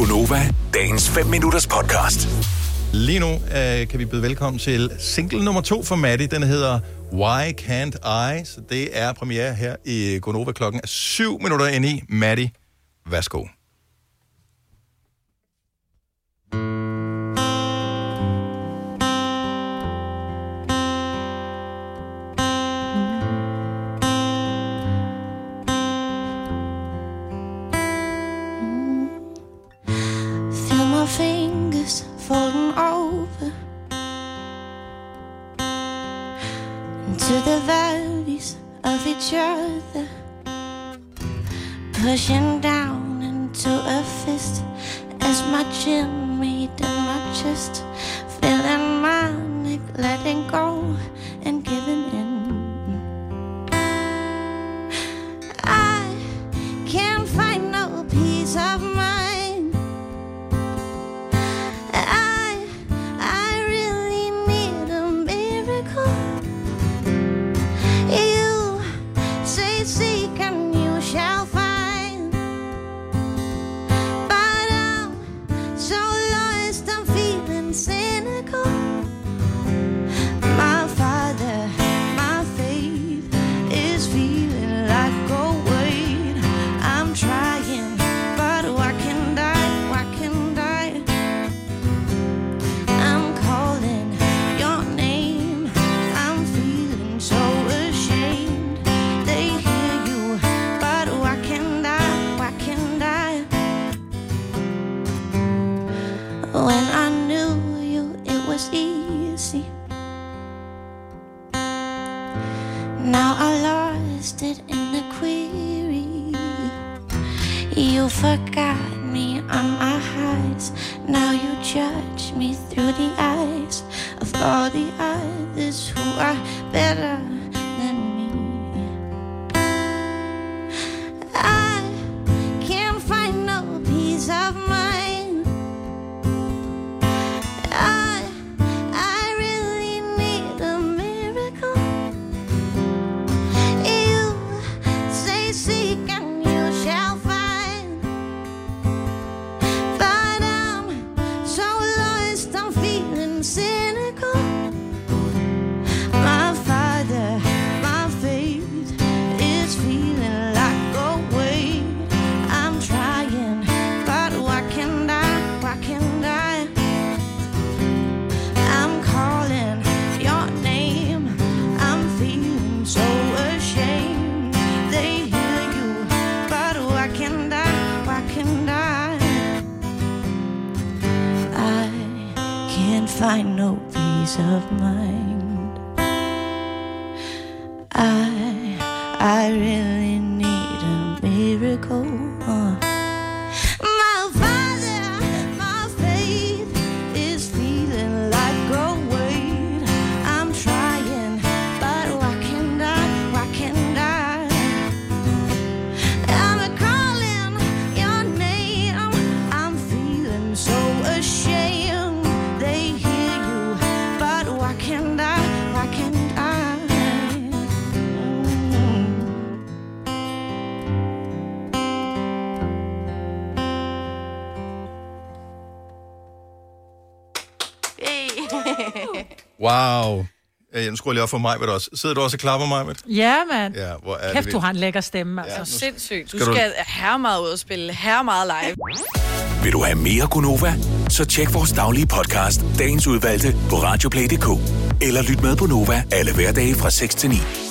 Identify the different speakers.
Speaker 1: Gonova, dagens 5 minutters podcast.
Speaker 2: Lige nu kan vi byde velkommen til single nummer 2 for Maddie. Den hedder Why Can't I? Så det er premiere her i Gonova. Klokken er 7 minutter ind i. Maddie, værsgo.
Speaker 3: Fingers falling over into the valleys of each other, pushing down into a fist as my chin meet in my chest, feeling manic, letting go and giving in. I can't find no peace of mind. When I knew you, it was easy. Now I lost it in the query. You forgot me on my highs. Now you judge me through the eyes of all the others who are better than me. I can't find no peace of mind. Find no peace of mind. I really need a miracle. My father, my faith is feeling like a weight. I'm trying, but why can't I? Why can't I? I'm calling your name. I'm feeling so ashamed.
Speaker 2: Wow. Nu skruer jeg lige op for mig, men også. Sidder du også og klapper mig, med?
Speaker 4: Ja, mand.
Speaker 2: Ja, hvor er
Speaker 4: kæft,
Speaker 2: det
Speaker 4: du har en lækker stemme, altså.
Speaker 5: Ja, sindssygt. Du skal herre meget ud og spille, herre meget live.
Speaker 1: Vil du have mere Gonova? Så tjek vores daglige podcast, dagens udvalgte, på radioplay.dk. Eller lyt med på Nova alle hverdage fra 6 til 9.